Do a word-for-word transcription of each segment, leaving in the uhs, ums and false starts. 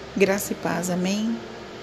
Graça e paz, amém?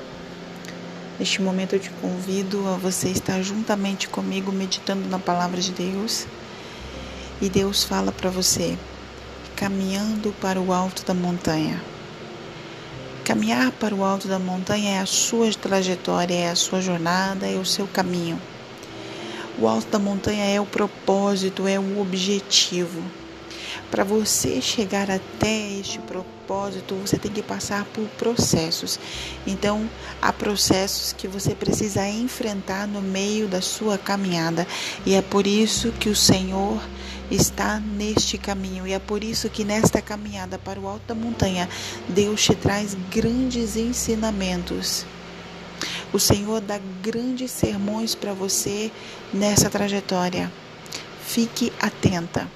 Neste momento eu te convido a você estar juntamente comigo meditando na palavra de Deus. E Deus fala para você, caminhando para o alto da montanha. Caminhar para o alto da montanha é a sua trajetória, é a sua jornada, é o seu caminho. O alto da montanha é o propósito, é o objetivo. Para você chegar até este propósito, você tem que passar por processos. Então, há processos que você precisa enfrentar no meio da sua caminhada. E é por isso que o Senhor está neste caminho. E é por isso que nesta caminhada para o alto da montanha, Deus te traz grandes ensinamentos. O Senhor dá grandes sermões para você nessa trajetória. Fique atenta.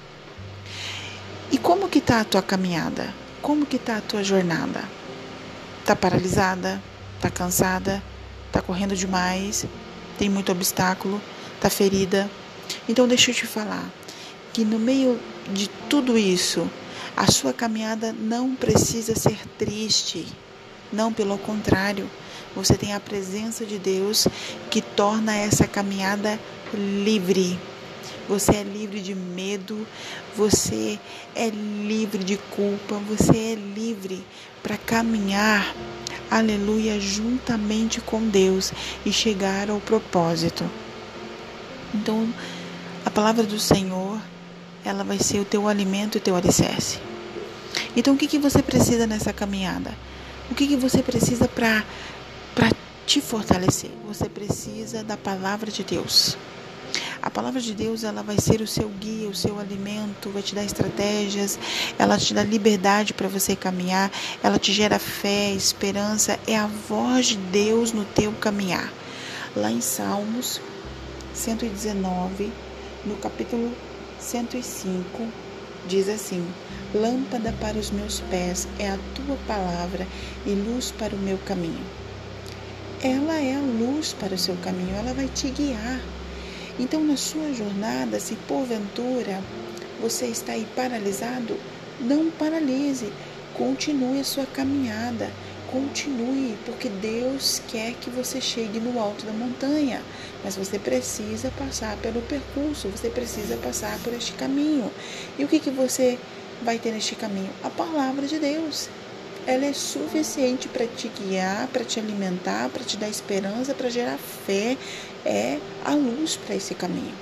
E como que está a tua caminhada? Como que está a tua jornada? Está paralisada? Está cansada? Está correndo demais? Tem muito obstáculo? Está ferida? Então deixa eu te falar que no meio de tudo isso, a sua caminhada não precisa ser triste. Não, pelo contrário, você tem a presença de Deus que torna essa caminhada livre. Você é livre de medo, você é livre de culpa, você é livre para caminhar, aleluia, juntamente com Deus e chegar ao propósito. Então, a palavra do Senhor, ela vai ser o teu alimento e o teu alicerce. Então, o que, que você precisa nessa caminhada? O que, que você precisa para para te fortalecer? Você precisa da palavra de Deus. A palavra de Deus, ela vai ser o seu guia, o seu alimento, vai te dar estratégias, ela te dá liberdade para você caminhar, ela te gera fé, esperança, é a voz de Deus no teu caminhar. Lá em Salmos cento e dezenove, no capítulo cento e cinco, diz assim: lâmpada para os meus pés é a tua palavra e luz para o meu caminho. Ela é a luz para o seu caminho, ela vai te guiar. Então, na sua jornada, se porventura você está aí paralisado, não paralise, continue a sua caminhada, continue, porque Deus quer que você chegue no alto da montanha, mas você precisa passar pelo percurso, você precisa passar por este caminho. E o que, que você vai ter neste caminho? A palavra de Deus. Ela é suficiente para te guiar, para te alimentar, para te dar esperança, para gerar fé. É a luz para esse caminho.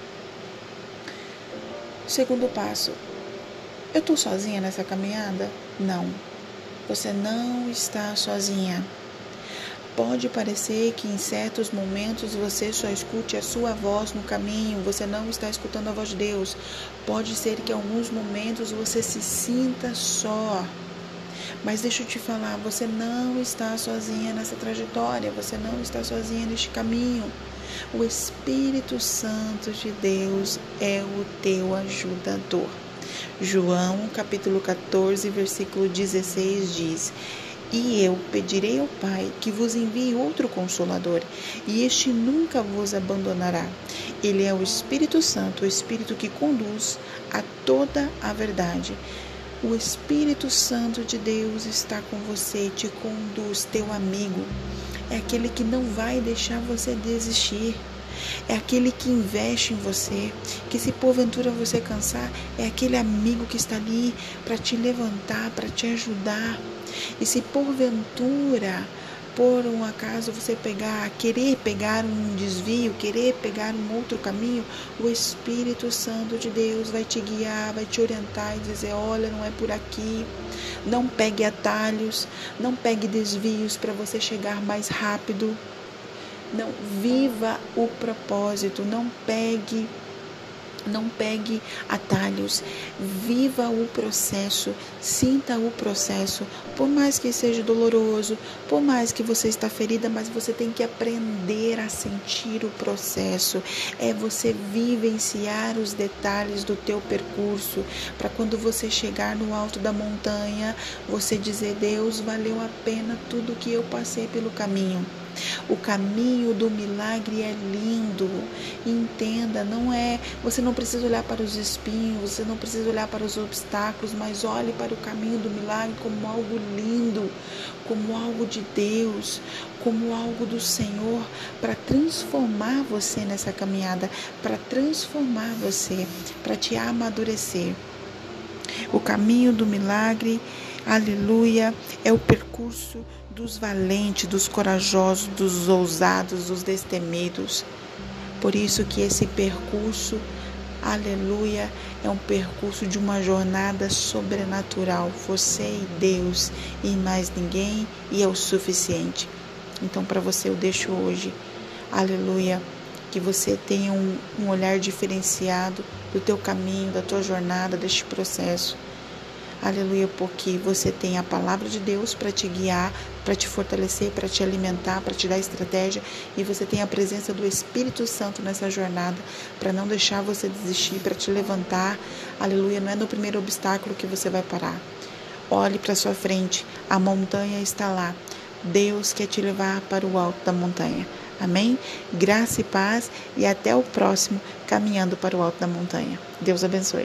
Segundo passo. Eu estou sozinha nessa caminhada? Não. Você não está sozinha. Pode parecer que em certos momentos você só escute a sua voz no caminho, você não está escutando a voz de Deus. Pode ser que em alguns momentos você se sinta só. Mas deixa eu te falar, você não está sozinha nessa trajetória, você não está sozinha neste caminho. O Espírito Santo de Deus é o teu ajudador. João, capítulo quatorze, versículo dezesseis diz: e eu pedirei ao Pai que vos envie outro Consolador, e este nunca vos abandonará. Ele é o Espírito Santo, o Espírito que conduz a toda a verdade. O Espírito Santo de Deus está com você, te conduz, teu amigo. É aquele que não vai deixar você desistir. É aquele que investe em você, que se porventura você cansar, é aquele amigo que está ali para te levantar, para te ajudar. E se porventura, por um acaso você pegar, querer pegar um desvio, querer pegar um outro caminho, o Espírito Santo de Deus vai te guiar, vai te orientar e dizer: olha, não é por aqui. Não pegue atalhos, não pegue desvios para você chegar mais rápido. Não, viva o propósito, não pegue Não pegue atalhos, viva o processo, sinta o processo, por mais que seja doloroso, por mais que você está ferida, mas você tem que aprender a sentir o processo, é você vivenciar os detalhes do teu percurso, para quando você chegar no alto da montanha, você dizer: Deus, valeu a pena tudo que eu passei pelo caminho. O caminho do milagre é lindo. Entenda, não é, você não precisa olhar para os espinhos, você não precisa olhar para os obstáculos, mas olhe para o caminho do milagre como algo lindo, como algo de Deus, como algo do Senhor, para transformar você nessa caminhada, para transformar você, para te amadurecer. O caminho do milagre, aleluia, é o percurso dos valentes, dos corajosos, dos ousados, dos destemidos. Por isso que esse percurso, aleluia, é um percurso de uma jornada sobrenatural. Você e Deus e mais ninguém, e é o suficiente. Então para você eu deixo hoje, aleluia, que você tenha um, um olhar diferenciado do teu caminho, da tua jornada, deste processo. Aleluia, porque você tem a palavra de Deus para te guiar, para te fortalecer, para te alimentar, para te dar estratégia, e você tem a presença do Espírito Santo nessa jornada para não deixar você desistir, para te levantar. Aleluia, não é no primeiro obstáculo que você vai parar. Olhe para sua frente, a montanha está lá. Deus quer te levar para o alto da montanha. Amém? Graça e paz, e até o próximo Caminhando para o Alto da Montanha. Deus abençoe.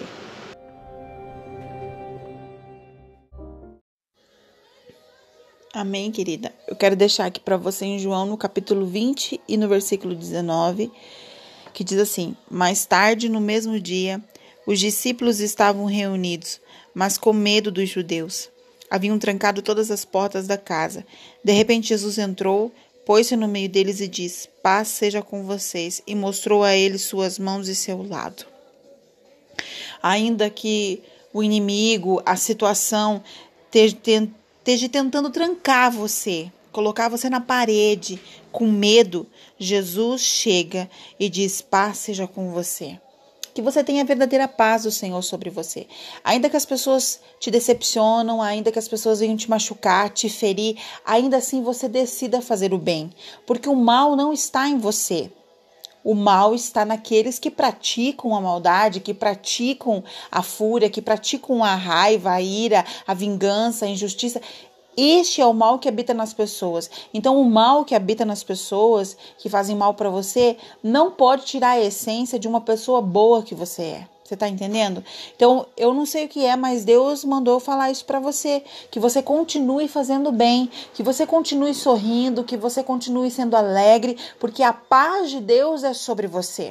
Amém, querida? Eu quero deixar aqui para você em João, no capítulo vinte e no versículo dezenove, que diz assim: mais tarde, no mesmo dia, os discípulos estavam reunidos, mas com medo dos judeus. Haviam trancado todas as portas da casa. De repente, Jesus entrou, pôs-se no meio deles e disse: paz seja com vocês, e mostrou a eles suas mãos e seu lado. Ainda que o inimigo, a situação, esteja esteja tentando trancar você, colocar você na parede com medo, Jesus chega e diz: paz seja com você. Que você tenha a verdadeira paz do Senhor sobre você. Ainda que as pessoas te decepcionam, ainda que as pessoas venham te machucar, te ferir, ainda assim você decida fazer o bem, porque o mal não está em você. O mal está naqueles que praticam a maldade, que praticam a fúria, que praticam a raiva, a ira, a vingança, a injustiça. Este é o mal que habita nas pessoas. Então, o mal que habita nas pessoas, que fazem mal para você, não pode tirar a essência de uma pessoa boa que você é. Você tá entendendo? Então, eu não sei o que é, mas Deus mandou falar isso para você. Que você continue fazendo bem, que você continue sorrindo, que você continue sendo alegre, porque a paz de Deus é sobre você.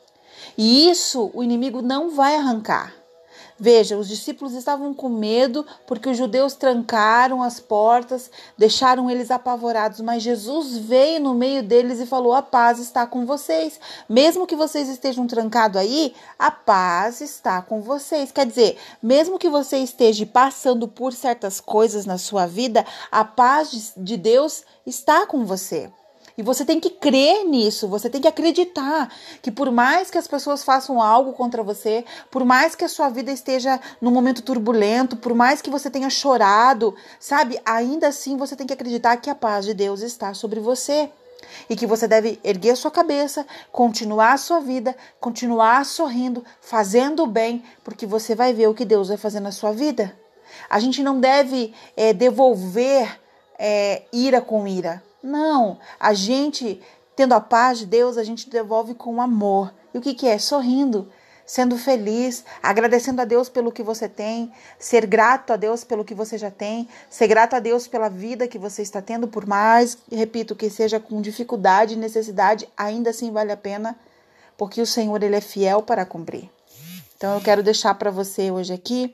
E isso o inimigo não vai arrancar. Veja, os discípulos estavam com medo porque os judeus trancaram as portas, deixaram eles apavorados, mas Jesus veio no meio deles e falou: a paz está com vocês. Mesmo que vocês estejam trancados aí, a paz está com vocês. Quer dizer, mesmo que você esteja passando por certas coisas na sua vida, a paz de Deus está com você. E você tem que crer nisso, você tem que acreditar que por mais que as pessoas façam algo contra você, por mais que a sua vida esteja num momento turbulento, por mais que você tenha chorado, sabe? Ainda assim você tem que acreditar que a paz de Deus está sobre você. E que você deve erguer a sua cabeça, continuar a sua vida, continuar sorrindo, fazendo o bem, porque você vai ver o que Deus vai fazer na sua vida. A gente não deve é, devolver é, ira com ira. Não, a gente, tendo a paz de Deus, a gente devolve com amor. E o que que é? Sorrindo, sendo feliz, agradecendo a Deus pelo que você tem, ser grato a Deus pelo que você já tem, ser grato a Deus pela vida que você está tendo, por mais, repito, que seja com dificuldade e necessidade, ainda assim vale a pena, porque o Senhor, Ele é fiel para cumprir. Então eu quero deixar para você hoje aqui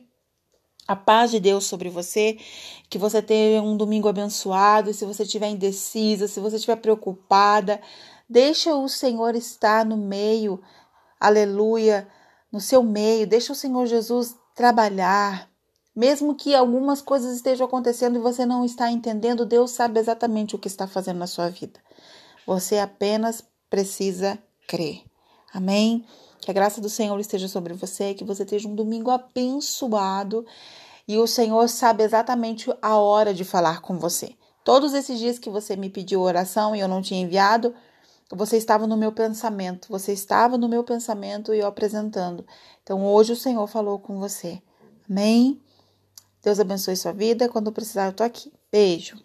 a paz de Deus sobre você, que você tenha um domingo abençoado. E se você estiver indecisa, se você estiver preocupada, deixa o Senhor estar no meio, aleluia, no seu meio, deixa o Senhor Jesus trabalhar. Mesmo que algumas coisas estejam acontecendo e você não está entendendo, Deus sabe exatamente o que está fazendo na sua vida. Você apenas precisa crer. Amém? Que a graça do Senhor esteja sobre você, que você tenha um domingo abençoado e o Senhor sabe exatamente a hora de falar com você. Todos esses dias que você me pediu oração e eu não tinha enviado, você estava no meu pensamento, você estava no meu pensamento e eu apresentando. Então hoje o Senhor falou com você. Amém? Deus abençoe sua vida. Quando precisar eu tô aqui. Beijo.